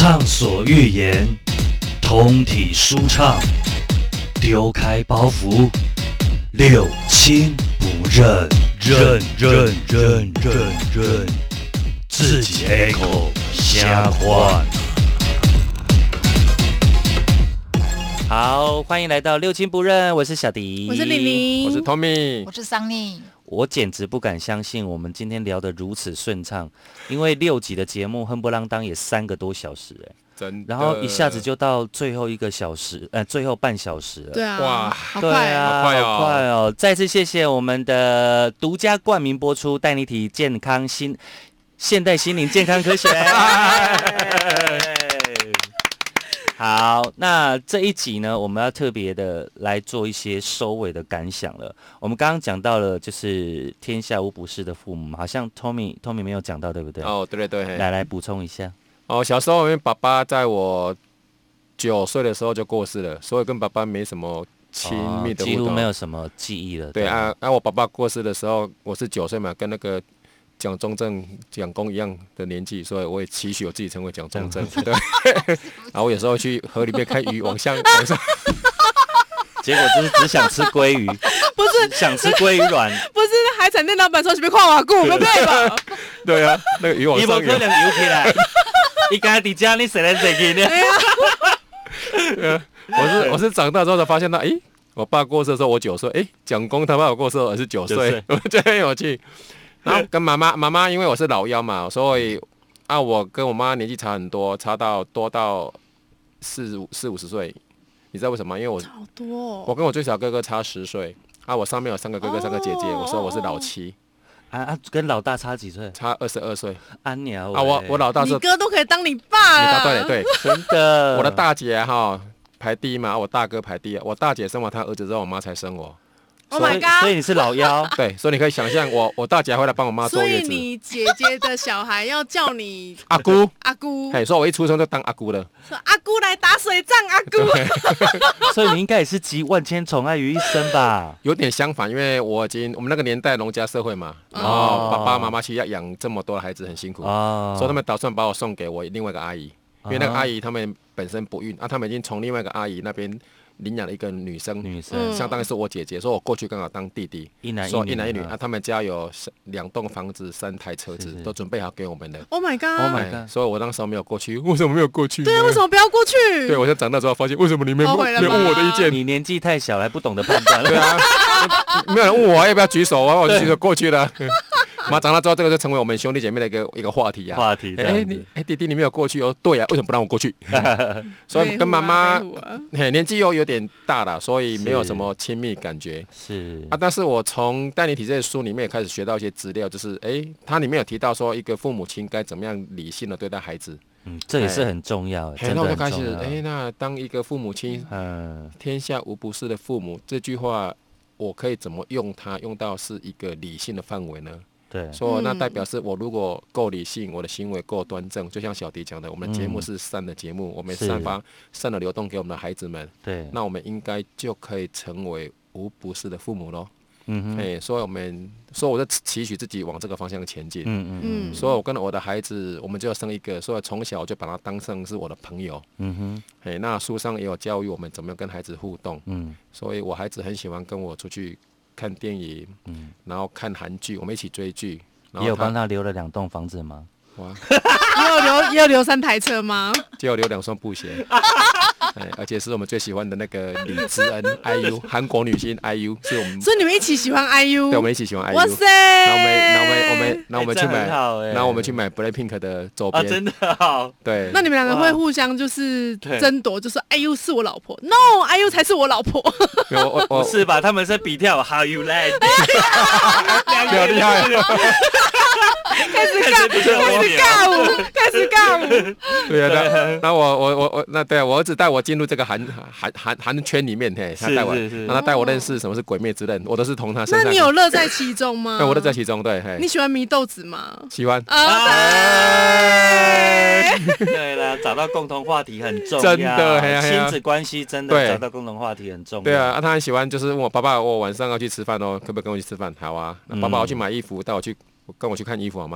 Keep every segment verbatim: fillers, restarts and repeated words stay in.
畅所欲言，通体舒畅，丢开包袱，六亲不认，认认认认认，自己开口瞎话。 好，欢迎来到六亲不认，我是小迪， 我是玲玲， 我是 Tommy， 我是桑尼。 我简直不敢相信，我们今天聊得如此顺畅，因为六集的节目，哼不啷当也三个多小时哎， 真的， 然後一下子就到最後一個小時，呃，最後半小時了。 對啊， 哇， 好快啊， 好快哦， 好快哦！再次謝謝我們的獨家冠名播出，帶你體健康心現代心靈健康科學。好，那這一集呢，我們要特別的來做一些收尾的感想了。我們剛剛講到了，就是天下無不是的父母，好像 Tommy Tommy 沒有講到，對不對？ 哦，對對對， 來來補充一下。 哦，小時候因為爸爸在我九歲的時候就過世了，所以跟爸爸沒什麼親密的互動， 哦、幾乎沒有什麼記憶了。 對啊，啊，我爸爸過世的時候，我是九歲嘛，跟那個蔣中正、蔣公一樣的年紀，所以我也期許我自己成為蔣中正。對，然後我有時候去河裡面看魚，往上往上， 結果就是只想吃鮭魚， 不是想吃鮭魚卵， 不是海產店老闆說是不是看我顧，不對吧？ 對啊，那個魚往上游， 伊無可能游起來，伊家在家你誰來誰去呢？ 對啊，我是我是長大之後才發現到，誒，我爸過世的時候我九歲，誒，蔣公他爸我過世的時候我是九歲，我覺得很有趣。然後跟媽媽媽媽，因為我是老幺嘛，所以啊，我跟我媽年紀差很多，差到多到四五四五十歲。你知道為什麼？因為我好多、哦， 我跟我最小哥哥差十歲，啊，我上面有三個哥哥、三個姐姐，我說我是老七。 啊啊，跟老大差幾歲？ 差二十二歲。 啊鳥啊，我我老大是你哥都可以當你爸了。 你答對了，對， 真的。 我的大姐哈排第一嘛，我大哥排第二。我大姐生完她兒子之後，我媽才生我。 Oh my god！ 所以你是老幺， 對，所以你可以想象我我大姐會來幫我媽坐月子。 所以你姐姐的小孩要叫你阿姑， 阿姑， 嘿，所以我一出生就當阿姑了。 說阿姑來打水仗，阿姑。 所以你應該也是集萬千寵愛於一身吧？ 有點相反，因為我已經我們那個年代農家社會嘛，然後爸爸媽媽其實要養這麼多的孩子很辛苦，哦、所以他們打算把我送給我另外一個阿姨，因為那個阿姨他們本身不孕，啊，他們已經從另外一個阿姨那邊領養了一個女生，女生相當於是我姐姐，所以我過去剛好當弟弟， 一男一女， 一男一女啊，他們家有兩棟房子、三台車子，是是都準備好給我們的。 Oh my god！ Oh my god！ 所以我當時候沒有過去，為什麼沒有過去？ 對啊，為什麼不要過去？ 對，我現在長大之後發現，為什麼你們沒有問我的意見？ 你年紀太小，還不懂得判斷。 對啊，沒有人問我要不要舉手啊，我就舉手過去了。媽長大之後，這個就成為我們兄弟姐妹的一個一個話題啊。 話題， 哎、欸，你哎弟弟你沒有過去哦？對啊，為什麼不讓我過去？所以跟媽媽，嘿，年紀又有點大了，所以沒有什麼親密感覺。 是啊，但是我從《帶你體》這書裡面也開始學到一些資料，就是哎、欸，它裡面有提到說，一個父母親該怎麼樣理性的對待孩子。 嗯，這也是很重要。 哎，那我就開始哎、欸，那當一個父母親，嗯，天下無不是的父母這句話，我可以怎麼用它用到是一個理性的範圍呢？ 對， 所以那代表是我如果夠理性，我的行為夠端正，就像小迪講的，我們的節目是善的節目，嗯、我們散發善的流動給我們的孩子們。對，那我們應該就可以成為無不是的父母咯。嗯哎，所以我們，所以我就期許自己往這個方向前進。嗯嗯嗯。所以我跟我的孩子，我們就要生一個，所以從小我就把他當成是我的朋友。嗯哼。哎，那書上也有教育我們怎麼樣跟孩子互動。嗯。所以我孩子很喜歡跟我出去看電影，嗯，然後看韓劇，我們一起追劇。 你有幫他留了兩棟房子嗎？ 哇！ 也有留也有留三台車嗎？ 就有留兩雙布鞋。哎，而且是我們最喜歡的那個李智恩 I U 韓國女星 I U 是我們， 所以你們一起喜歡 I U？ 對，我們一起喜歡 I U。 哇塞！ 然後我們，然後我們，我們，然後我們去買， 欸、 然後我們去買 Blackpink 的周邊、 啊，真的好。 對。 那你們兩個會互相就是爭奪，就說 I U 是我老婆 ，No I U 才是我老婆。 我我我不是吧？他們是比跳 How you like？ 兩個厲害。 開始尬，開始尬舞，開始尬舞。 對啊，那那我我我我那對啊，我兒子帶我進入這個韓韓韓韓圈裡面，嘿，他帶我，然後他帶我認識什麼是鬼滅之刃，我都是從他身上。 那你有樂在其中嗎？ 對，我樂在其中，對，嘿。 你喜歡祢豆子嗎？ 喜歡。 對啦，找到共同話題很重要。 真的， 親子關係真的找到共同話題很重要。 對啊，他很喜歡，就是問我爸爸，我晚上要去吃飯哦，可不可以跟我去吃飯？好啊。爸爸，我去買衣服，帶我去。跟我去看衣服好嗎？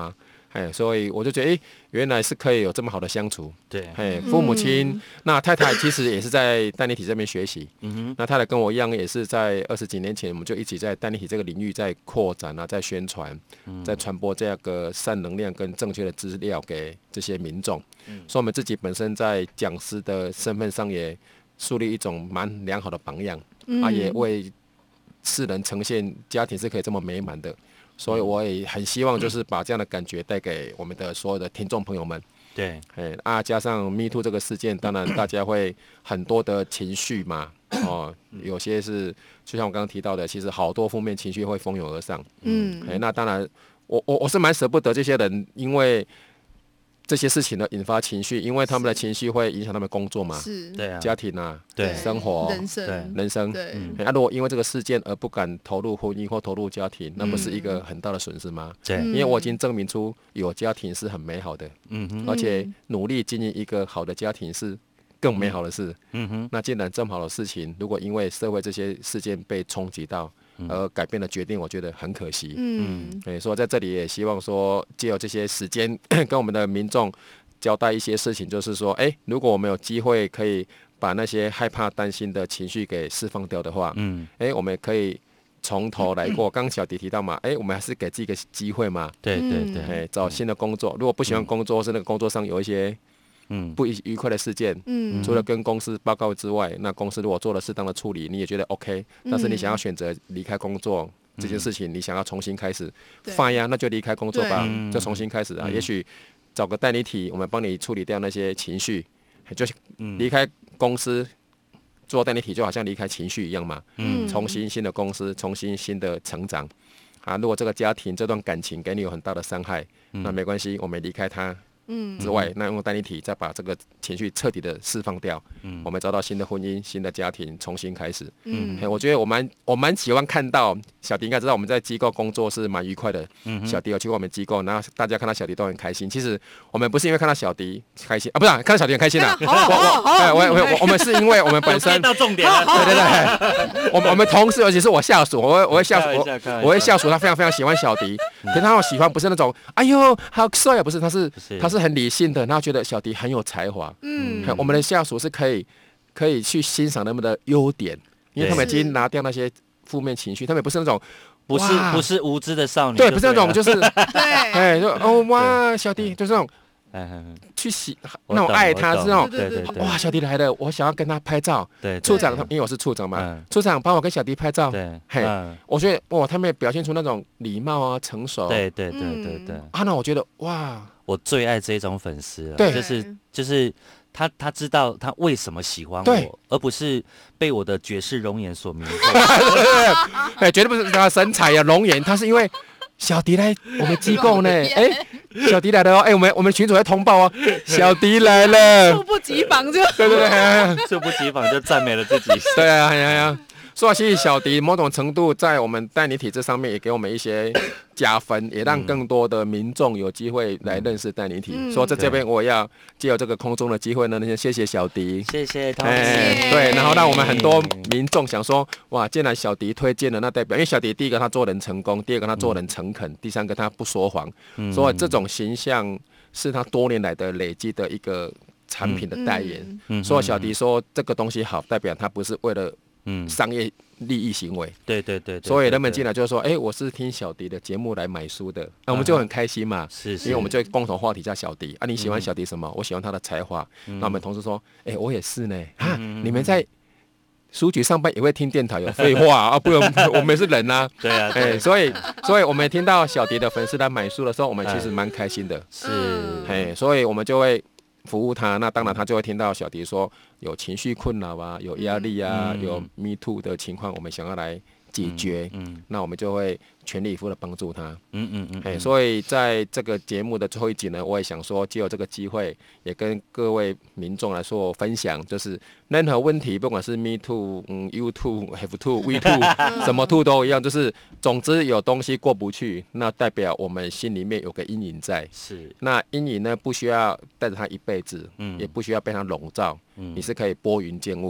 哎，所以我就觉得，哎，原来是可以有这么好的相处。 对， 哎，父母亲，嗯、那太太其实也是在代理体这边学习。 嗯哼， 那太太跟我一样，也是在二十几年前，我们就一起在代理体这个领域在扩展啊，在宣传，嗯、在传播这个善能量跟正确的资料给这些民众。嗯、所以我们自己本身在讲师的身份上也树立一种蛮良好的榜样，嗯、啊，也为世人呈现家庭是可以这么美满的。所以我也很希望，就是把这样的感觉带给我们的所有的听众朋友们。 对， 哎啊，加上 Me Too 这个事件，当然大家会很多的情绪嘛，哦，有些是就像我刚刚提到的，其实好多负面情绪会蜂拥而上。嗯，哎，那当然，我我我是蛮舍不得这些人，因为这些事情呢引发情绪，因为他们的情绪会影响他们工作嘛， 是， 对啊， 家庭啊， 对， 生活、 人生、 人生， 对。 嗯、啊，如果因为这个事件而不敢投入婚姻或投入家庭，那不是一个很大的损失吗？ 对、嗯， 因为我已经证明出有家庭是很美好的，嗯哼，而且努力经营一个好的家庭是更美好的事，嗯哼。那既然这么好的事情，如果因为社会这些事件被冲击到，而改变了决定，我觉得很可惜。嗯，所以说在这里也希望说，借由这些时间跟我们的民众交代一些事情，就是说，哎，如果我们有机会可以把那些害怕、担心的情绪给释放掉的话，嗯，哎，我们可以从头来过。刚小迪提到嘛，哎，我们还是给自己一个机会嘛， 对对对， 哎，找新的工作。如果不喜欢工作，是那个工作上有一些嗯不愉快的事件，嗯，除了跟公司报告之外，那公司如果做了适当的处理，你也觉得 OK， 但是你想要选择离开工作。这件事情你想要重新开始发呀，那就离开工作吧，就重新开始啊。也许找个代理体，我们帮你处理掉那些情绪，就离开公司做代理体，就好像离开情绪一样嘛。嗯，重新新的公司，重新新的成长啊。如果这个家庭这段感情给你有很大的伤害，嗯、那没关系，我们离开它。嗯，之外，那用代理体再把这个情绪彻底的释放掉，嗯，我们找到新的婚姻、新的家庭，重新开始。嗯，我觉得我蛮我蛮喜欢看到小迪，应该知道我们在机构工作是蛮愉快的。嗯，小迪有去过我们机构，然后大家看到小迪都很开心。其实我们不是因为看到小迪开心啊，不是、啊、看到小迪很开心啊。我我我我我我们是因为我们本身看到重点了。 对对对，我们我们同事，尤其是我下属，我会我会下属我我会下属他非常非常喜欢小迪，可是他那种喜欢不是那种哎呦好帅啊，不是，他是他是。是很理性的，然后觉得小迪很有才华。嗯，我们的下属是可以可以去欣赏他们的优点，因为他们已经拿掉那些负面情绪，他们不是那种不是不是无知的少女， 对，不是那种就是对，哎，就哦哇，小迪就是那种。去喜那种爱他是那种对对对哇小迪来了，我想要跟他拍照。 对， 处长因为我是处长嘛，处长帮我跟小迪拍照。 对， 嘿，我觉得哇，他们也表现出那种礼貌啊、成熟。 对对对对对。 啊，那我觉得哇， 我最爱这种粉丝了， 对， 就是就是他他知道他为什么喜欢我，而不是被我的绝世容颜所迷惑。 哎，绝对不是他身材呀、容颜，他是因为。小迪来我们机构呢，哎，小迪来了哦，哎，我们我们群主在通报哦，小迪来了， 猝不及防就， 对对对， 猝不及防就赞美了自己， 对啊，哎呀呀。说其实小迪某种程度在我们代理体制上面也给我们一些加分，也让更多的民众有机会来认识代理体。嗯、所以在这边我要借由这个空中的机会呢，先谢谢小迪， 谢谢他、 哎，对，然后让我们很多民众想说，哇，既然小迪推荐了，那代表因为小迪第一个他做人成功，第二个他做人诚恳，嗯、第三个他不说谎，嗯、所以这种形象是他多年来的累积的一个产品的代言。嗯、所以小迪说这个东西好，代表他不是为了。嗯，商业利益行为， 对对 对, 对， 所以人们进来就是说，哎、欸，我是听小迪的节目来买书的，那、啊、我们就很开心嘛， 是，是， 因为我们就共同话题叫小迪啊，你喜欢小迪什么？嗯、我喜欢他的才华。嗯、那我们同事说，哎、欸，我也是呢，啊，嗯、你们在书局上班也会听电台，有废话啊，不用，我们是人啊， 对啊， 哎、欸，所以，所以我们听到小迪的粉丝来买书的时候，我们其实蛮开心的， 是， 哎，所以我们就会。服务他，那当然他就会听到小迪说有情绪困扰啊，有压力啊，嗯、有 Me Too 的情况，我们想要来解决，嗯嗯、那我们就会全力以赴的帮助他。嗯嗯嗯。哎，所以在这个节目的最后一集呢，我也想说，藉由这个机会，也跟各位民众来说分享，就是任何问题，不管是 Me Too、嗯 You Too、Have Too、We Too， 什么 Too 都一样，就是总之有东西过不去，那代表我们心里面有个阴影在。 是。 那阴影呢，不需要带着它一辈子，嗯，也不需要被它笼罩，嗯，你是可以拨云见雾。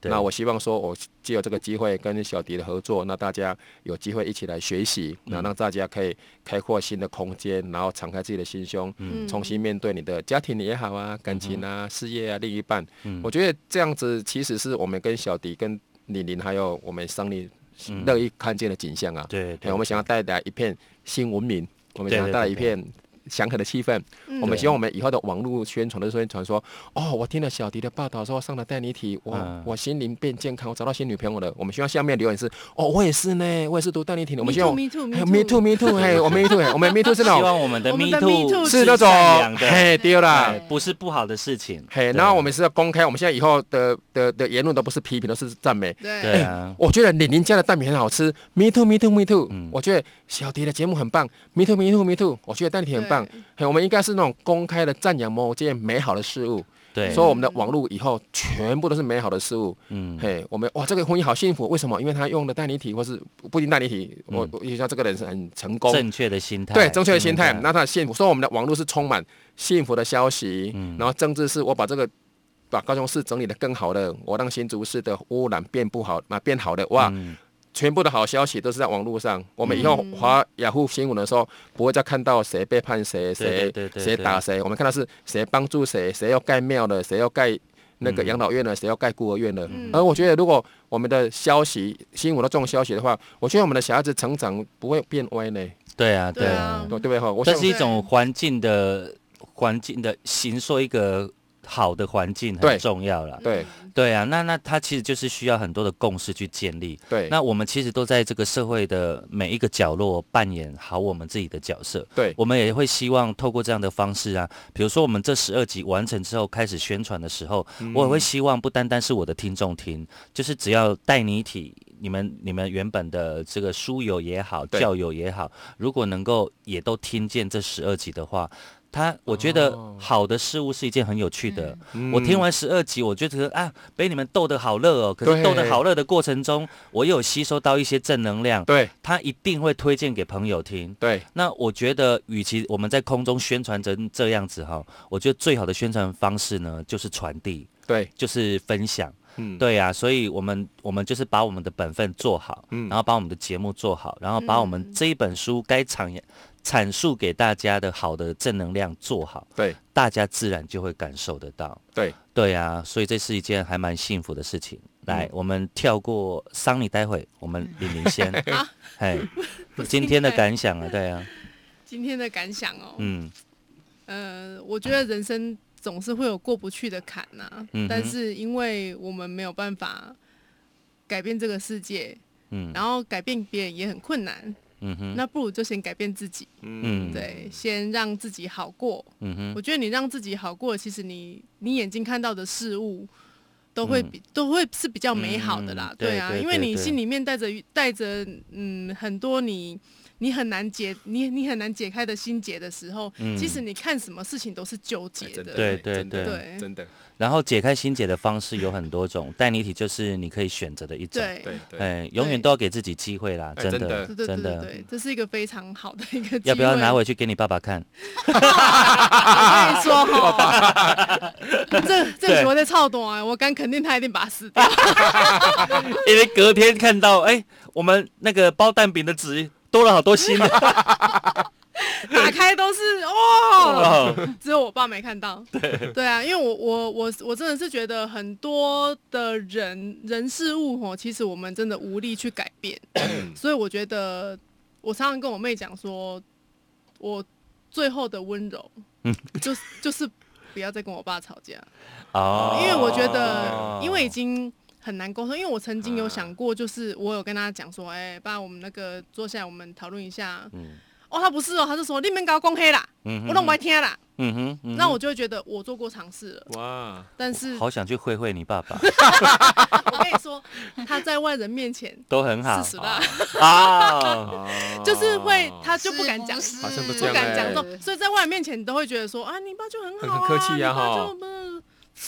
那我希望说，我藉由这个机会跟小迪的合作，那大家有机会一起来学习，那、嗯、让大家可以开阔新的空间，然后敞开自己的心胸，嗯、重新面对你的家庭也好啊，感情啊，嗯、事业啊，另一半。嗯、我觉得这样子其实是我们跟小迪、跟李林还有我们桑尼乐意看见的景象啊。 对、嗯欸， 我们想要带来一片新文明，我们想要带来一片祥和的气氛、嗯，我们希望我们以后的网络宣传的宣传说，哦，我听了小迪的报道说上了带你体，我、嗯、我心灵变健康，我找到新女朋友了。我们希望下面留言是，哦，我也是呢，我也是读带你体的。我们希望 me too me too me too， 嘿，我 me too， 我们 me too 是那种， 希望我们的 me too 是那种，嘿，对啦， 不是不好的事情。 嘿，然后我们是要公开，我们现在以后的的的言论都不是批评，都是赞美。 对啊， 我觉得李宁家的蛋饼很好吃 ，me too me too me too，、嗯、我觉得小迪的节目很棒 ，me too me too me too， 我觉得带你体很棒。嘿，我们应该是那种公开的赞扬某件美好的事物， 对， 所以我们的网络以后全部都是美好的事物。嗯，嘿，我们哇，这个婚姻好幸福，为什么？因为他用的代理体，或是不一定代理体，嗯、我我意识到这个人是很成功， 正确的心态， 对，正确的心态，那他的幸福。所以我们的网络是充满幸福的消息，嗯、然后政治是我把这个把高雄市整理得更好的，我让新竹市的污染变不好，啊变好的，哇。嗯，全部的好消息都是在网络上。我们以后滑雅虎新闻的时候，不会再看到谁背叛谁，谁谁打谁。我们看到是谁帮助谁，谁要盖庙了，谁要盖那个养老院了，谁要盖孤儿院了。嗯、而我觉得，如果我们的消息新闻的这种消息的话，我觉得我们的小孩子成长不会变歪呢。 对啊，对啊， 对不对？哈， 这是一种环境的环境的形塑一个好的环境很重要啦。 对对啊，那那它其实就是需要很多的共识去建立。 对， 那我们其实都在这个社会的每一个角落扮演好我们自己的角色。 对， 我们也会希望透过这样的方式啊，比如说我们这十二集完成之后开始宣传的时候，嗯、我也会希望不单单是我的听众听，就是只要带你一体。你们你们原本的这个书友也好，教友也好，如果能够也都听见这十二集的话，他我觉得好的事物是一件很有趣的。嗯、我听完十二集，我就觉得啊，被你们逗得好乐哦。可是逗得好乐的过程中，我有吸收到一些正能量。 对， 他一定会推荐给朋友听。 对， 那我觉得，与其我们在空中宣传成这样子哈，我觉得最好的宣传方式呢，就是传递。 对， 就是分享。嗯，对呀、啊，所以我们我们就是把我们的本分做好，嗯，然后把我们的节目做好，然后把我们这一本书该阐阐述给大家的好的正能量做好， 对，大家自然就会感受得到。 对， 对呀、啊，所以这是一件还蛮幸福的事情。来，嗯、我们跳过桑尼，待会我们李明先，哎，今天的感想啊，对啊， 今天的感想哦，嗯，呃，我觉得人生。总是会有过不去的坎呐、啊嗯，但是因为我们没有办法改变这个世界，嗯，然后改变别人也很困难，嗯哼，那不如就先改变自己，嗯，对，先让自己好过，嗯哼，我觉得你让自己好过，其实你你眼睛看到的事物都会比、嗯、都会是比较美好的啦，嗯、对啊，对对对对，因为你心里面带着带着嗯很多你。你很难解你你很难解开的心结的时候，嗯、其实你看什么事情都是纠结的。 对对对对，真的。 然后解开心结的方式有很多种，带你体就是你可以选择的一种。 对对对， 哎，永远都要给自己机会啦，真的真的真的，对，这是一个非常好的一个机会。 要不要拿回去给你爸爸看？ 我跟你说哈，这这集我在操短啊，我敢肯定他一定把它撕掉， 因为隔天看到哎，我们那个包蛋饼的纸。多了好多新的， 打开都是哦，只有我爸没看到。对对啊，因为我我我我真的是觉得很多的人人事物哦，其实我们真的无力去改变，所以我觉得我常常跟我妹讲说，我最后的温柔，嗯，就就是不要再跟我爸吵架哦，因为我觉得，因为已经。很难沟通，因为我曾经有想过，就是我有跟他讲说，哎、欸，爸，我们那个坐下来，我们讨论一下。嗯，哦，他不是哦，他是说你们给我讲黑啦，嗯、我都不爱听啦。嗯哼，嗯哼，那我就会觉得我做过尝试了。哇，但是好想去会会你爸爸。 我跟你说，他在外人面前都很好， 是死啦啊，就是会，他就不敢讲， 好像不不敢讲这种，所以在外人面前你都会觉得说啊，你爸就很好啊， 很客气啊哈。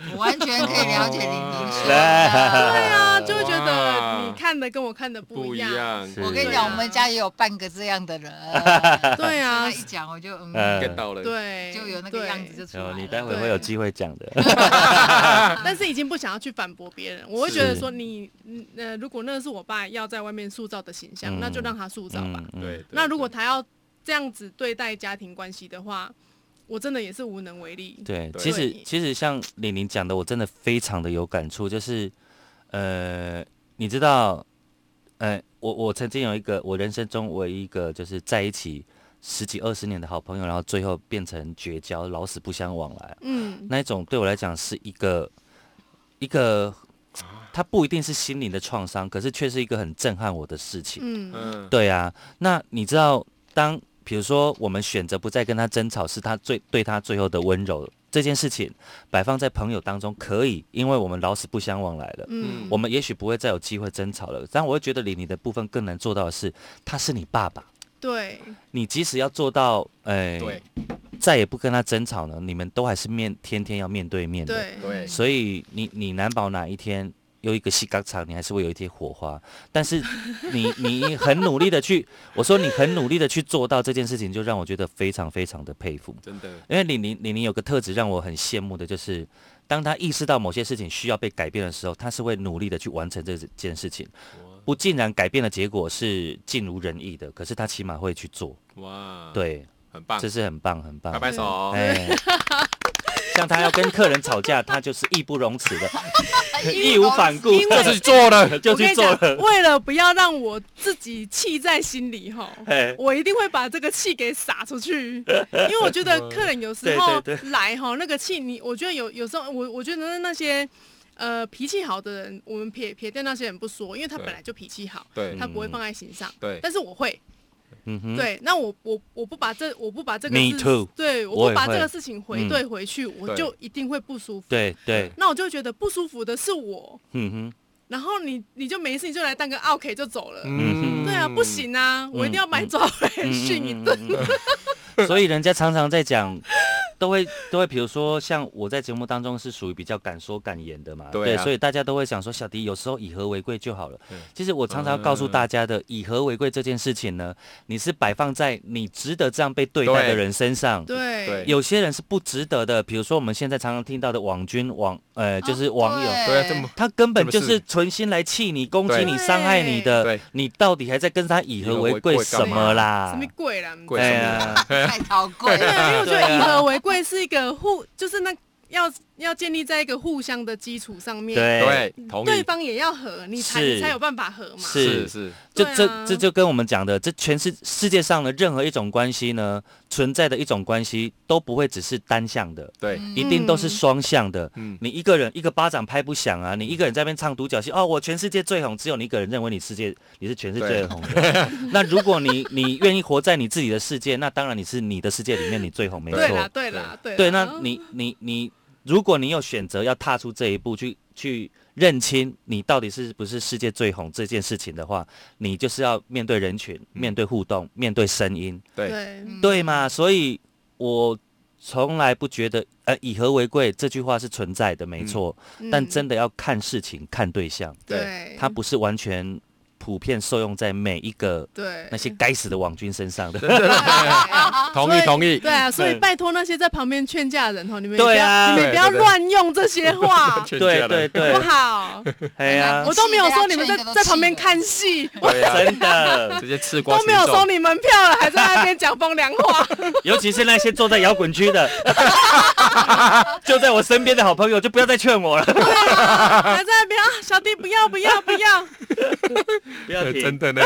我完全可以了解玲玲说的。 对啊，就会觉得你看的跟我看的不一样。 我跟你讲，我们家也有半个这样的人。 对啊， 一讲我就嗯 get 到了， 对， 就有那个样子就出来了。 你待会会有机会讲的。 但是已经不想要去反驳别人，我会觉得说你呃，如果那个是我爸要在外面塑造的形象，那就让他塑造吧。 对。 那如果他要这样子对待家庭关系的话，我真的也是无能为力。 对，其实其实像玲玲讲的，我真的非常的有感触，就是呃，你知道，呃，我我曾经有一个我人生中唯一一个就是在一起十几二十年的好朋友，然后最后变成绝交，老死不相往来。嗯，那一种对我来讲是一个一个，它不一定是心灵的创伤，可是却是一个很震撼我的事情。嗯，对啊，那你知道当。比如说，我们选择不再跟他争吵，是他最对他最后的温柔。这件事情摆放在朋友当中可以，因为我们老死不相往来了。嗯，我们也许不会再有机会争吵了。但我会觉得，李你的部分更难做到的是，他是你爸爸。 对， 你即使要做到，哎、呃，再也不跟他争吵呢，你们都还是面天天要面对面的。 对， 对， 所以你你难保哪一天。有一个细钢厂，你还是会有一些火花，但是你你很努力的去，我说你很努力的去做到这件事情，就让我觉得非常非常的佩服， 真的。 因为李宁李宁有个特质让我很羡慕的，就是当他意识到某些事情需要被改变的时候，他是会努力的去完成这件事情，不尽然改变的结果是尽如人意的，可是他起码会去做。哇，对， 很棒， 这是很棒很棒， 拍拍手。 哎像他要跟客人吵架，他就是义不容辞的，义无反顾， 就去做了， 就去做了。 为了不要让我自己气在心里哈，我一定会把这个气给撒出去，因为我觉得客人有时候来哈，那个气你，我觉得有有时候我我觉得那些。呃，脾气好的人，我们撇撇掉那些人不说，因为他本来就脾气好，他不会放在心上。对，但是我会。嗯哼，对，那我我我不把这我不把这个 Me too， 对，我不把这个事情回对回去，嗯、我就一定会不舒服。 对对， 那我就觉得不舒服的是我。嗯哼，然后你你就没事，你就来当个 OK 就走了。嗯哼，对啊，不行啊，我一定要把你抓回来训一顿。 所以人家常常在讲。都会都会，比如说像我在节目当中是属于比较敢说敢言的嘛，对，啊、对，所以大家都会想说，小迪有时候以和为贵就好了。其实我常常告诉大家的，以和为贵这件事情呢，你是摆放在你值得这样被对待的人身上。 对， 有些人是不值得的，比如说我们现在常常听到的网军网，呃，就是网友， 对、啊，这么他根本就是存心来气你、攻击你、伤害你的，你到底还在跟他以和为贵什么啦？ 什么贵啦？ 贵什么？ 太讨贵了。 对，因为我觉得以和为贵是一个互，就是那要要建立在一个互相的基础上面， 对， 对方也要和，你才你才有办法和嘛。 是是， 就这这就跟我们讲的，这全是世界上的任何一种关系呢，存在的一种关系都不会只是单向的， 对， 一定都是双向的。嗯，你一个人一个巴掌拍不响啊，你一个人在那边唱独角戏，哦，我全世界最红，只有你一个人认为你世界你是全世界最红的。那如果你你愿意活在你自己的世界，那当然你是你的世界里面你最红，没错。 对啦，对啦，对。 对，那你你你。如果你有选择要踏出这一步去去认清你到底是不是世界最红这件事情的话，你就是要面对人群、嗯、面对互动、面对声音， 对对嘛？所以我从来不觉得呃以和为贵这句话是存在的，没错、嗯，但真的要看事情、看对象， 对， 它不是完全。普遍受用在每一个对那些该死的网军身上的， 同意同意。 对啊，所以拜托那些在旁边劝架的人吼，你们不要你们不要乱用这些话， 对对对， 不好。 哎呀， 我都没有说你们在在旁边看戏， 真的， 直接吃瓜都没有收你门票了，还在那边讲风凉话。 尤其是那些坐在摇滚区的，就在我身边的好朋友，就不要再劝我了。 对啊，还在那边啊，小弟不要不要不要。 不要停， 真的呢。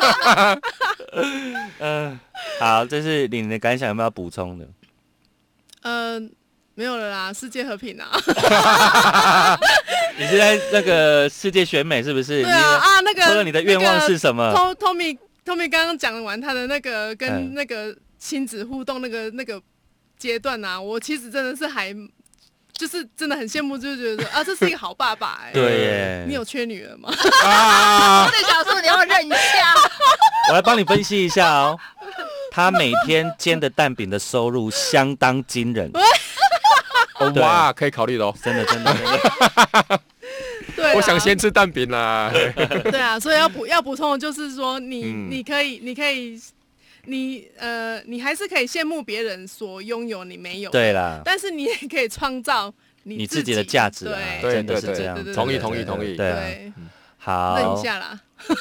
呃，好，这是你的感想，有没有要补充的？ 呃，没有了啦，世界和平啊。 你是在那个世界选美是不是？ 对啊啊，那个， 说了你的愿望是什么 ？Tommy Tommy 刚刚讲完他的那个跟那个亲子互动那个那个阶段啊，我其实真的是还。就是真的很羡慕，就觉得啊，这是一个好爸爸哎、欸。 对耶， 你有缺女儿吗？ 啊！我在想说你要认一下。 我来帮你分析一下哦。他每天煎的蛋饼的收入相当惊人。 哦哇，可以考虑咯， 真的真的。真的对， 我想先吃蛋饼啦。 对啊，所以要补要补充的就是说，你、嗯、你可以你可以你呃你还是可以羡慕别人所拥有你没有， 对啦， 但是你也可以创造你 自, 你自己的价值、啊， 对， 真的是这样， 同意同意同意， 对、啊， 对好， 认一下啦。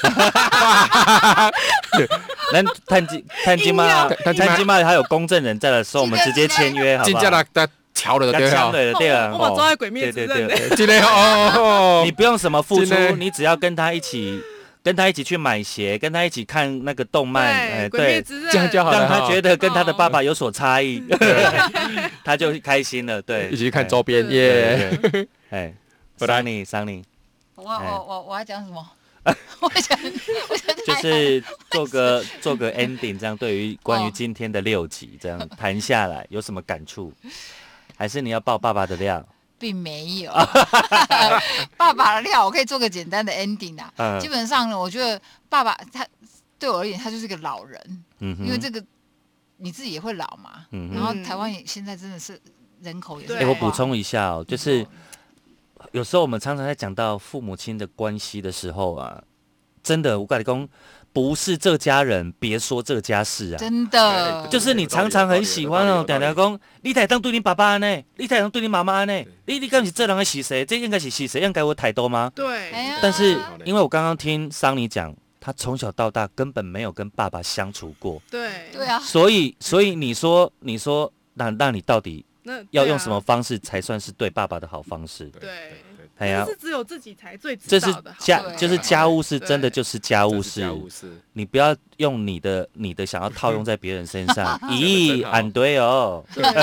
咱探金探金嘛，探金嘛还有公证人在的时候，我们直接签约，好不好？ 桥了对啊，对对啊， 我把抓在鬼灭之刃的， 今天哦， 你不用什么付出，你只要跟他一起，跟他一起去买鞋，跟他一起看那个动漫， 哎，对， 这样就好了，让他觉得跟他的爸爸有所差异，他就开心了，对， 一起去看周边耶， 哎，桑尼桑尼， 我我我我要讲什么？我想，我想就是做个做个 ending， 这样对于关于今天的六集这样谈下来有什么感触？还是你要爆爸爸的料？ 并没有，爸爸的料我可以做个简单的 ending 啊。嗯、基本上呢，我觉得爸爸他对我而言，他就是个老人，嗯、因为这个你自己也会老嘛。嗯、然后台湾也现在真的是人口也是。 哎、欸，我补充一下哦，就是有时候我们常常在讲到父母亲的关系的时候啊，真的我跟你讲。不是这家人，别说这家事啊！ 真的， 就是你常常很喜欢哦，常常讲，你台当对你爸爸呢，你台当对你妈妈呢，你你敢是这人的是谁？这应该是是谁？应该我态度吗？ 对。 但是因为我刚刚听桑尼讲，他从小到大根本没有跟爸爸相处过。 对。 对啊。 所以，所以你说，你说，那那你到底要用什么方式才算是对爸爸的好方式？ 对。 哎呀， 是只有自己才最知道的好。 这是家，就是家务事，真的就是家务事。你不要用你的你的想要套用在别人身上。咦，俺对哦。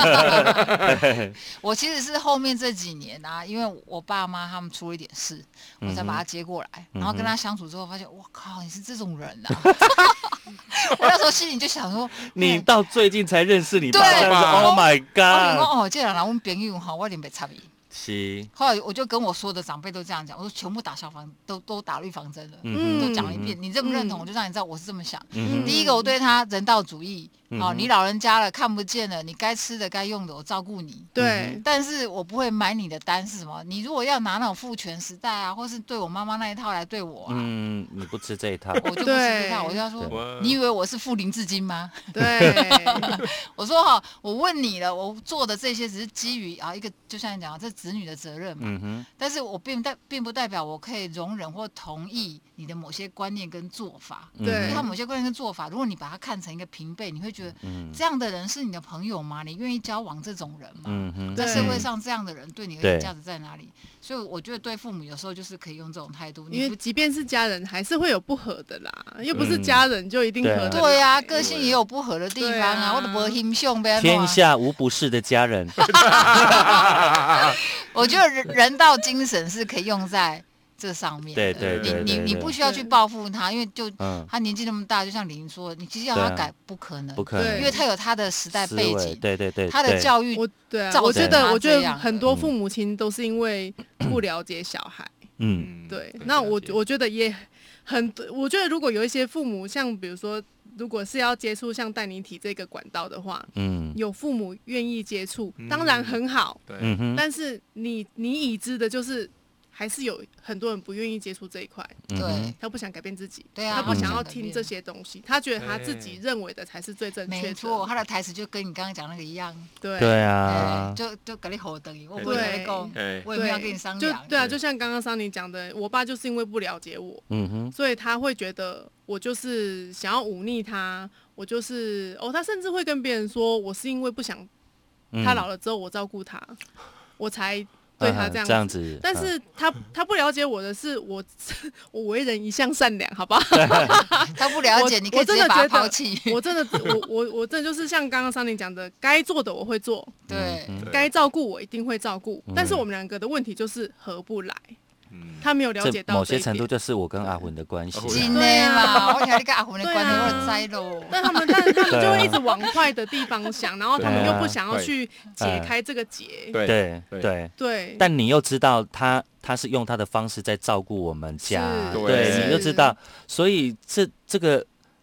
我其实是后面这几年啊，因为我爸妈他们出了一点事，我才把他接过来，嗯、然后跟他相处之后，发现我靠，你是这种人啊！我那时候心里就想说， 你到最近才认识你爸爸 ？Oh my god！ 我讲哦，这人我们朋友哈，我一定被插伊。 是， 后来我就跟我所有的长辈都这样讲，我说全部打消防，都都打预防针了，嗯、都讲了一遍。你认不认同？我就让你知道我是这么想。嗯、第一个，我对他人道主义，好、嗯哦，你老人家了看不见了，你该吃的该用的我照顾你。 对， 但是我不会买你的单是什么？你如果要拿那种父权时代啊，或是对我妈妈那一套来对我啊， 嗯，你不吃这一套， 我就不吃这一套。我就要说，你以为我是富林至今吗？ 对， 我说哈，我问你了，我做的这些只是基于啊一个，就像你讲这。子女的责任嘛，嗯、但是我并代并不代表我可以容忍或同意你的某些观念跟做法。 对， 因为他某些观念跟做法，如果你把它看成一个平辈，你会觉得、嗯、这样的人是你的朋友吗？你愿意交往这种人吗？嗯、在社会上这样的人对你而言价值在哪里？所以我觉得对父母有时候就是可以用这种态度， 因为即便是家人，还是会有不合的啦，又不是家人就一定合得来。 对啊，个性也有不合的地方啊，啊我都不欣赏呗。 天下无不是的家人。 我觉得人人道精神是可以用在这上面的。 对对对对你你你不需要去报复他，因为就、嗯、他年纪那么大，就像李莹说的，你其实要他改不可能， 不可能， 因为他有他的时代背景， 对对对， 他的教育， 我对啊，我觉得我觉得很多父母亲都是因为不了解小孩，嗯，对。那我我觉得也很，我觉得如果有一些父母，像比如说。如果是要接触像带你体这个管道的话，嗯，有父母愿意接触，当然很好，嗯、对。但是你你已知的就是，还是有很多人不愿意接触这一块， 对， 他不想改变自己， 对啊， 他不想要听这些东西，他觉得他自己认为的才是最正确的。 没错，他的台词就跟你刚刚讲那个一样， 对对啊， 就就给你吼等于，我不会跟你讲，我也没有跟你商量，就对啊，就像刚刚桑尼讲的，我爸就是因为不了解我，嗯哼，所以他会觉得我就是想要忤逆他。我就是哦，他甚至会跟别人说，我是因为不想他老了之后我照顾他，嗯、我才对他这样子。啊、这样子但是他、啊、他不了解我的是我，我为人一向善良，好不好？ 他不了解，你可以直接把他抛弃。 我真的，我我我真的就是像刚刚桑尼讲的，该做的我会做， 对， 该照顾我一定会照顾。嗯、但是我们两个的问题就是合不来。他没有了解到某些程度，就是我跟阿魂的关系。 真的嘛，我听你跟阿魂的关系，我知喽。 但他们，但他们就会一直往坏的地方想，然后他们又不想要去解开这个结。 对对对对。 但你又知道他，他是用他的方式在照顾我们家，对，你就知道。所以这这个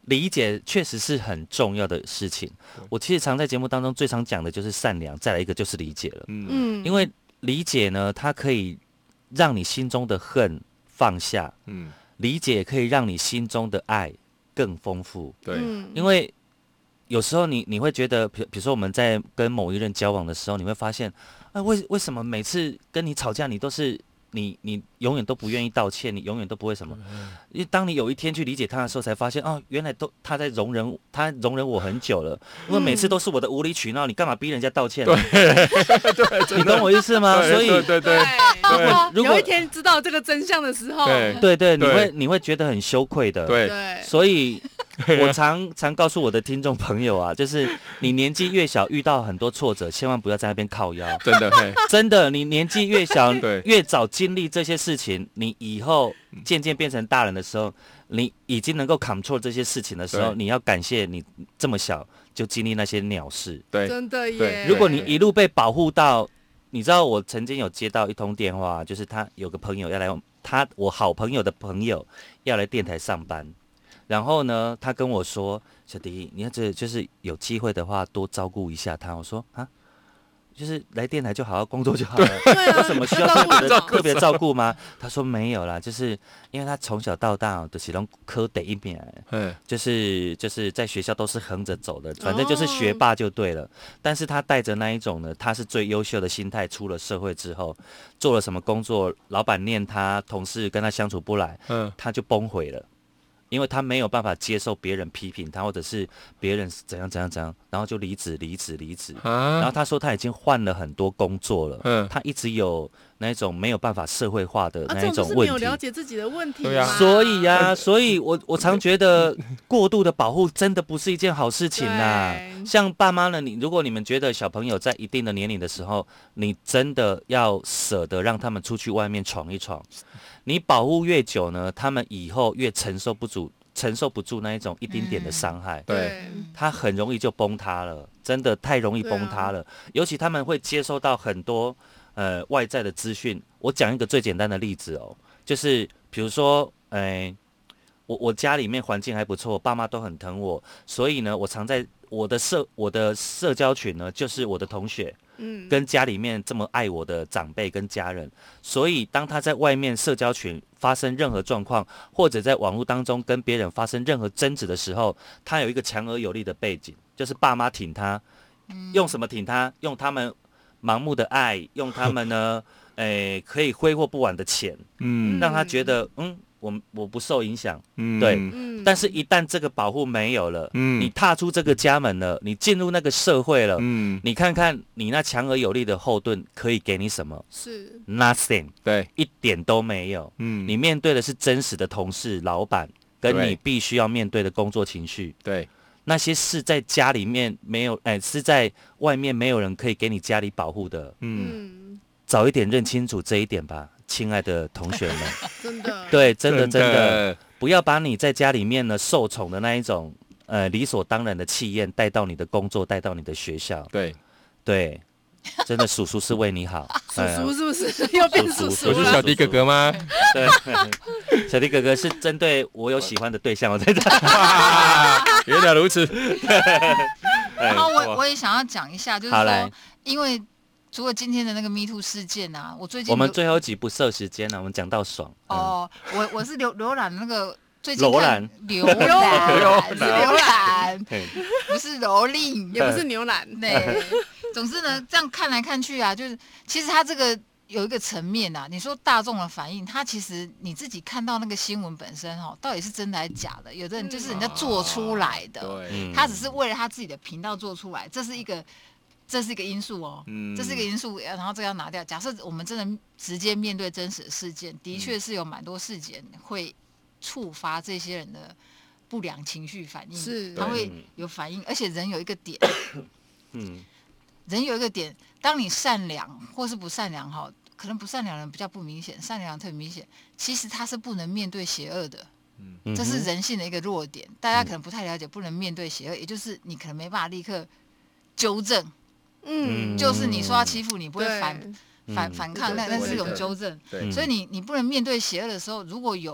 理解确实是很重要的事情。我其实常在节目当中最常讲的就是善良，再来一个就是理解了。嗯，因为理解呢，它可以让你心中的恨放下。嗯，理解可以让你心中的爱更丰富。 对， 因为有时候你你会觉得，比比如说我们在跟某一任交往的时候，你会发现，啊，为为什么每次跟你吵架，你都是。你你永远都不愿意道歉，你永远都不会什么。因为当你有一天去理解他的时候，才发现哦，原来都他在容忍他容忍我很久了。因为每次都是我的无理取闹，你干嘛逼人家道歉？对，你懂我意思吗？所以对对对， 如果有一天知道这个真相的时候， 对对，你会你会觉得很羞愧的。 对， 所以我常常告诉我的听众朋友啊，就是你年纪越小，遇到很多挫折，千万不要在那边靠腰。 真的， 真的，你年纪越小，越早经历这些事情，你以后渐渐变成大人的时候，你已经能够 control 这些事情的时候，你要感谢你这么小就经历那些鸟事。 对， 真的耶。 如果你一路被保护到，你知道我曾经有接到一通电话，就是他有个朋友要来，他我好朋友的朋友要来电台上班，然后呢，他跟我说：“小迪，你要这就是有机会的话，多照顾一下他。”我说：“啊。”就是来电台就好好工作就好了，有什么需要特别的特别照顾吗？他说没有啦，就是因为他从小到大都是用科得一边，就是就是在学校都是横着走的，反正就是学霸就对了。但是他带着那一种呢，他是最优秀的心态，出了社会之后，做了什么工作，老板念他，同事跟他相处不来，他就崩溃了。因为他没有办法接受别人批评他，或者是别人怎样怎样怎样，然后就离职离职离职。然后他说他已经换了很多工作了，嗯，他一直有那种没有办法社会化的那一种问题。啊，这种是没有了解自己的问题吗？ 对啊，所以啊，所以我我常觉得过度的保护真的不是一件好事情呐。像爸妈呢，你如果你们觉得小朋友在一定的年龄的时候，你真的要舍得让他们出去外面闯一闯。你保护越久呢，他们以后越承受不住，承受不住那一种一丁点的伤害， 嗯、对， 他很容易就崩塌了，真的太容易崩塌了。啊、尤其他们会接收到很多呃外在的资讯。我讲一个最简单的例子哦，就是比如说，哎、呃，我我家里面环境还不错，爸妈都很疼我，所以呢，我常在我的社我的社交群呢，就是我的同学。嗯，跟家里面这么爱我的长辈跟家人，所以当他在外面社交群发生任何状况，或者在网络当中跟别人发生任何争执的时候，他有一个强而有力的背景，就是爸妈挺他，用什么挺他？用他们盲目的爱，用他们呢，诶、可以挥霍不完的钱，嗯，让他觉得，嗯。我我不受影响，嗯，对，嗯，但是一旦这个保护没有了，嗯，你踏出这个家门了，你进入那个社会了，嗯，你看看你那强而有力的后盾可以给你什么？ 是 nothing， 对， 一点都没有，嗯，你面对的是真实的同事、老板，跟你必须要面对的工作情绪， 对， 那些是在家里面没有，哎，是在外面没有人可以给你家里保护的，嗯，早一点认清楚这一点吧。亲爱的同学们， 真的对，真的真的，不要把你在家里面呢受宠的那一种呃理所当然的气焰带到你的工作，带到你的学校。 对对，真的叔叔是为你好。 叔叔是不是又变叔叔了？ 我是小迪哥哥吗？ 对，小迪哥哥是针对我有喜欢的对象，我在这。 原来如此。 然后我我也想要讲一下，就是说，因为。除了今天的那个 Me Too 事件啊，我最近我们最后几不设时间了、啊，我们讲到爽。 哦，嗯、我我是浏浏览那个最近浏览浏览是浏览，不是蹂躏， 也不是牛腩。 对，总之呢，这样看来看去啊，就是其实它这个有一个层面啊，你说大众的反应，它其实你自己看到那个新闻本身哦，到底是真的还是假的？有的人就是人家做出来的，嗯、他只是为了他自己的频道做出来，这是一个。这是一个因素哦，嗯、这是一个因素，然后这个要拿掉。假设我们真的直接面对真实的事件，的确是有蛮多事件会触发这些人的不良情绪反应， 是他会有反应，而且人有一个点，嗯，人有一个点，当你善良或是不善良哈，可能不善良的人比较不明显，善良的特别明显。其实他是不能面对邪恶的，嗯，这是人性的一个弱点，大家可能不太了解，不能面对邪恶，也就是你可能没办法立刻纠正。嗯，就是你说他欺负你，不会反反反抗，那那是一种纠正。所以你你不能面对邪恶的时候，如果有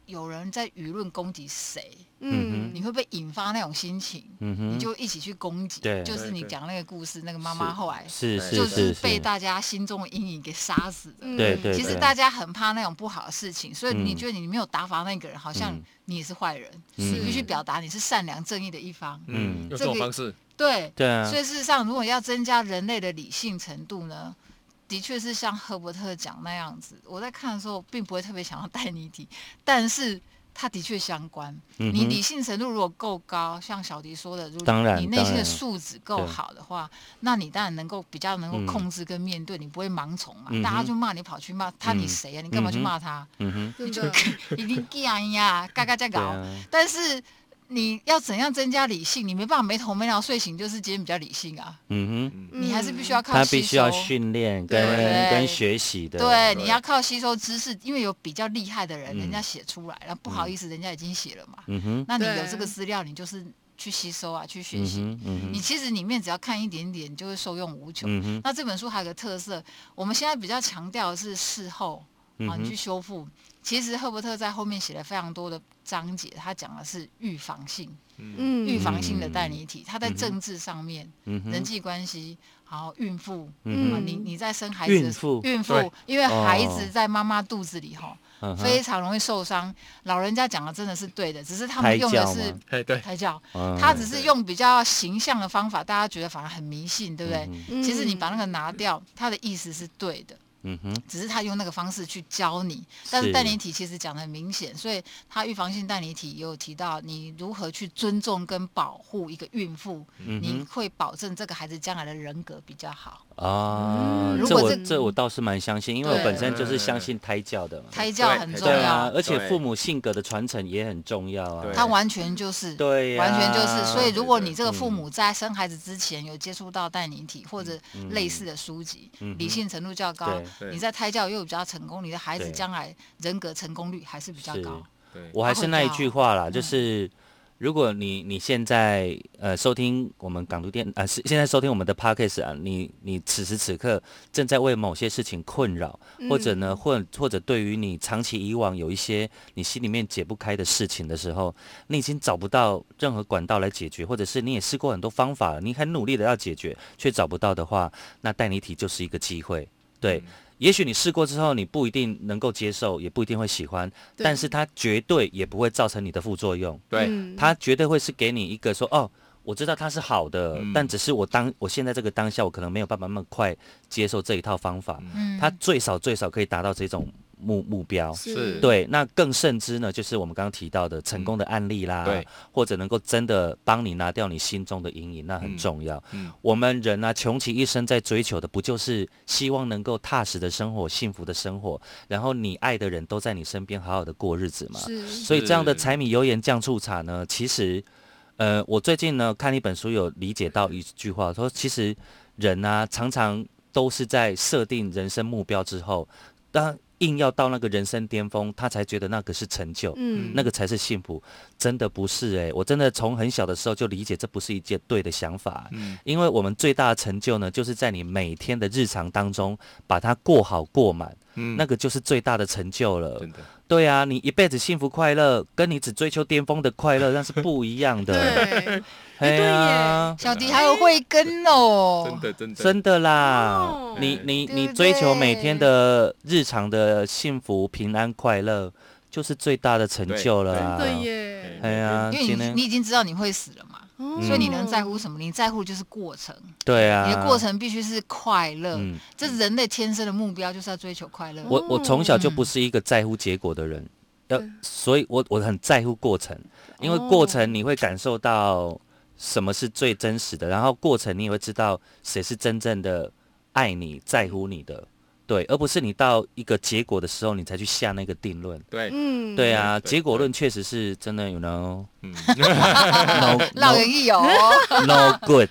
有人在舆论攻击谁，嗯，你会不会引发那种心情？嗯哼，你就一起去攻击。对，就是你讲那个故事，那个妈妈后来是是就是被大家心中的阴影给杀死的。 对对， 其实大家很怕那种不好的事情，所以你觉得你没有打罚那个人，好像你也是坏人，你必须表达你是善良正义的一方。 嗯，用这种方式。 对对啊， 所以事实上，如果要增加人类的理性程度呢？的确是像赫伯特讲那样子，我在看的时候并不会特别想要带你提，但是它的确相关。嗯、你理性程度如果够高，像小迪说的，如果你内心的素质够好的话，那你当然能够比较能够控制跟面对，嗯、你不会盲从嘛。嗯、大家就骂你跑去骂他，你谁啊？你干嘛去骂他？嗯、你就一定干呀，嘎嘎在搞。啊、但是。你要怎样增加理性？你没办法没头没脑睡醒，就是今天比较理性啊。嗯哼，你还是必须要靠吸收， 他必须要训练跟跟学习的。 对，你要靠吸收知识，因为有比较厉害的人，人家写出来，然后不好意思，人家已经写了嘛。嗯哼，那你有这个资料，你就是去吸收啊，去学习。你其实里面只要看一点点，就会受用无穷。那这本书还有个特色，我们现在比较强调的是事后啊，你去修复。其实赫伯特在后面写了非常多的章节，他讲的是预防性，嗯，预防性的带离体，他在政治上面、嗯、人际关系，然后孕妇，嗯、啊，你你在生孩子， 孕妇， 孕妇，因为孩子在妈妈肚子里哈。哦非常容易受伤，老人家讲的真的是对的，只是他们用的是胎教，他只是用比较形象的方法，大家觉得反而很迷信，对不对？嗯、其实你把那个拿掉，他的意思是对的。嗯哼，只是他用那个方式去教你，但是带离体其实讲得很明显，所以他预防性带离体也有提到你如何去尊重跟保护一个孕妇，嗯、你会保证这个孩子将来的人格比较好啊。嗯、这我这我倒是蛮相信，因为我本身就是相信胎教的嘛， 胎教很重要，对啊，而且父母性格的传承也很重要啊。 他完全就是对、啊，完全就是，所以如果你这个父母在生孩子之前有接触到带离体或者类似的书籍，嗯、理性程度较高。你在胎教又比较成功，你的孩子将来人格成功率还是比较高。 我还是那一句话啦，就是如果你你现在呃收听我们港都电啊，现在收听我们的 podcast 啊，你你此时此刻正在为某些事情困扰，或者呢或或者对于你长期以往有一些你心里面解不开的事情的时候，你已经找不到任何管道来解决，或者是你也试过很多方法了，你很努力的要解决却找不到的话，那带离体就是一个机会，对。嗯也许你试过之后，你不一定能够接受，也不一定会喜欢，但是它绝对也不会造成你的副作用。 对， 它绝对会是给你一个说，哦，我知道它是好的，嗯、但只是我当我现在这个当下，我可能没有办法那么快接受这一套方法。嗯、它最少最少可以达到这种目目标。 是， 对。那更甚之呢，就是我们刚刚提到的成功的案例啦，嗯、或者能够真的帮你拿掉你心中的阴影，那很重要。嗯嗯、我们人啊，穷其一生在追求的，不就是希望能够踏实的生活、幸福的生活，然后你爱的人都在你身边，好好的过日子嘛？所以这样的柴米油盐酱醋茶呢，其实，呃，我最近呢看一本书，有理解到一句话，说其实人啊，常常都是在设定人生目标之后，当硬要到那个人生巅峰，他才觉得那个是成就，嗯，那个才是幸福，真的不是哎、欸，我真的从很小的时候就理解这不是一件对的想法，嗯，因为我们最大的成就呢，就是在你每天的日常当中把它过好过满，嗯，那个就是最大的成就了，真的。对啊，你一辈子幸福快乐，跟你只追求巅峰的快乐那是不一样的。 对，哎呀， 小迪还有慧根哦， 真的真的真的啦，哦、你你你追求每天的日常的幸福、平安、快乐，就是最大的成就了啊！ 真的耶， 哎呀， 因为你你已经知道你会死了嘛。嗯、所以你能在乎什么？你在乎就是过程。 对啊， 你的过程必须是快乐。嗯，这是人类天生的目标，就是要追求快乐。 我我从小就不是一个在乎结果的人，要、嗯，所以我我很在乎过程，因为过程你会感受到什么是最真实的，然后过程你也会知道谁是真正的爱你、在乎你的。对，而不是你到一个结果的时候，你才去下那个定论。 对， 嗯，对啊，对结果论确实是真的，you know， 嗯老人意有 ，no good，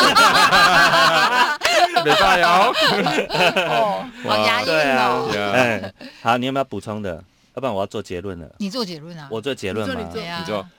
没大摇， 哦，好压抑哦。 哎，好，你有没有补充的？要不然我要做结论了。 你做结论啊？ 我做结论嘛， 你做。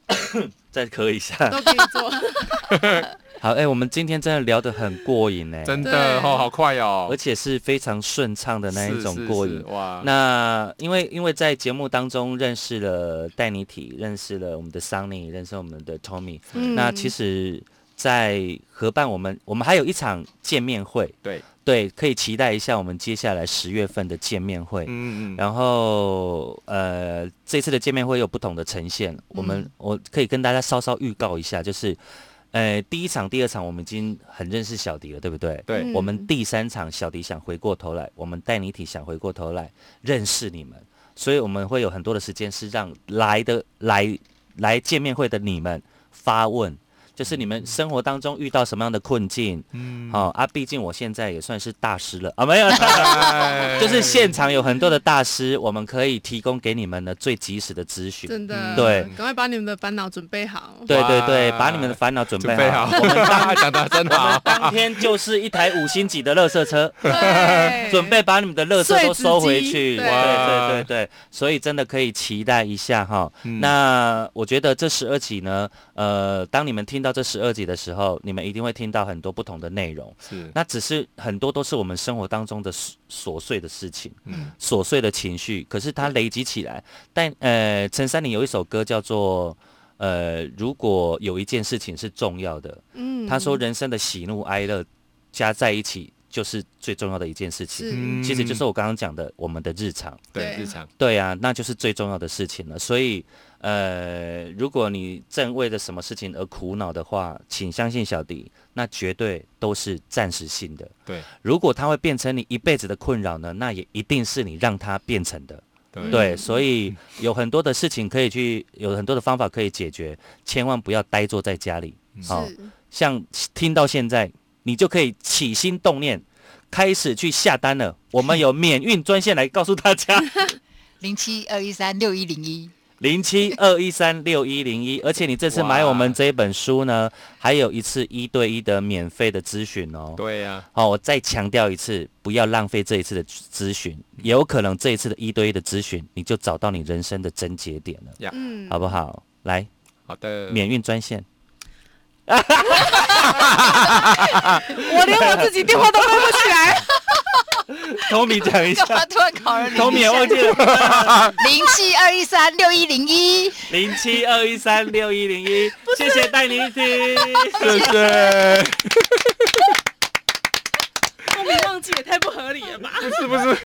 再咳一下， 都可以做。 好，哎、欸，我们今天真的聊得很过瘾哎、欸， 真的哦，好快哦， 而且是非常顺畅的那一种过瘾哇。那因为因为在节目当中认识了戴尼体，认识了我们的 Sunny， 认识了我们的 Tommy，、嗯、那其实，在合办我们我们还有一场见面会， 对对，可以期待一下我们接下来十月份的见面会。嗯嗯。然后呃，这次的见面会有不同的呈现，嗯、我们我可以跟大家稍稍预告一下，就是。呃，第一场、第二场我们已经很认识小迪了，对不对？ 对。 我们第三场，小迪想回过头来，我们戴尼体想回过头来认识你们，所以我们会有很多的时间是让来的来来见面会的你们发问。就是你们生活当中遇到什么样的困境？嗯，好、哦、啊，毕竟我现在也算是大师了啊，没有，就是现场有很多的大师，我们可以提供给你们的最及时的资讯。 真的， 对， 赶快把你们的烦恼准备好。 对对对，把你们的烦恼准备好。 准备好，我们当讲的真好。 我们当天就是一台五星级的垃圾车，准备把你们的垃圾都收回去。对对对对，所以真的可以期待一下哈。嗯、那我觉得这十二集呢，呃，当你们听到。到这十二集的时候，你们一定会听到很多不同的内容。是，那只是很多都是我们生活当中的琐碎的事情，嗯，琐碎的情绪，可是它累积起来。但呃，陈珊妮有一首歌叫做呃，如果有一件事情是重要的，嗯，他说人生的喜怒哀乐加在一起。就是最重要的一件事情，其实就是我刚刚讲的我们的日常， 对日常， 对啊，那就是最重要的事情了。所以，呃，如果你正为了什么事情而苦恼的话，请相信小迪，那绝对都是暂时性的。 对， 如果它会变成你一辈子的困扰呢，那也一定是你让它变成的。对，对，所以有很多的事情可以去，有很多的方法可以解决，千万不要呆坐在家里。好、哦，像听到现在。你就可以起心动念，开始去下单了。我们有免运专线来告诉大家， 零七二一三六一零一， 零七二一三六一零一。而且你这次买我们这一本书呢，还有一次一对一的免费的咨询哦。 对呀、啊， 好、哦，我再强调一次，不要浪费这一次的咨询，也有可能这一次的一对一的咨询，你就找到你人生的症结点了，呀嗯，好不好？来， 好的， 免运专线。 我连我自己电话都背不起来。 Tommy 讲一下， 干嘛突然考了你 ？Tommy 也忘记了。 零七二一三六一零一， 零七二一三六一零一，谢谢戴尼体， 谢谢。 Tommy 忘记也太不合理了吧？ 是不是？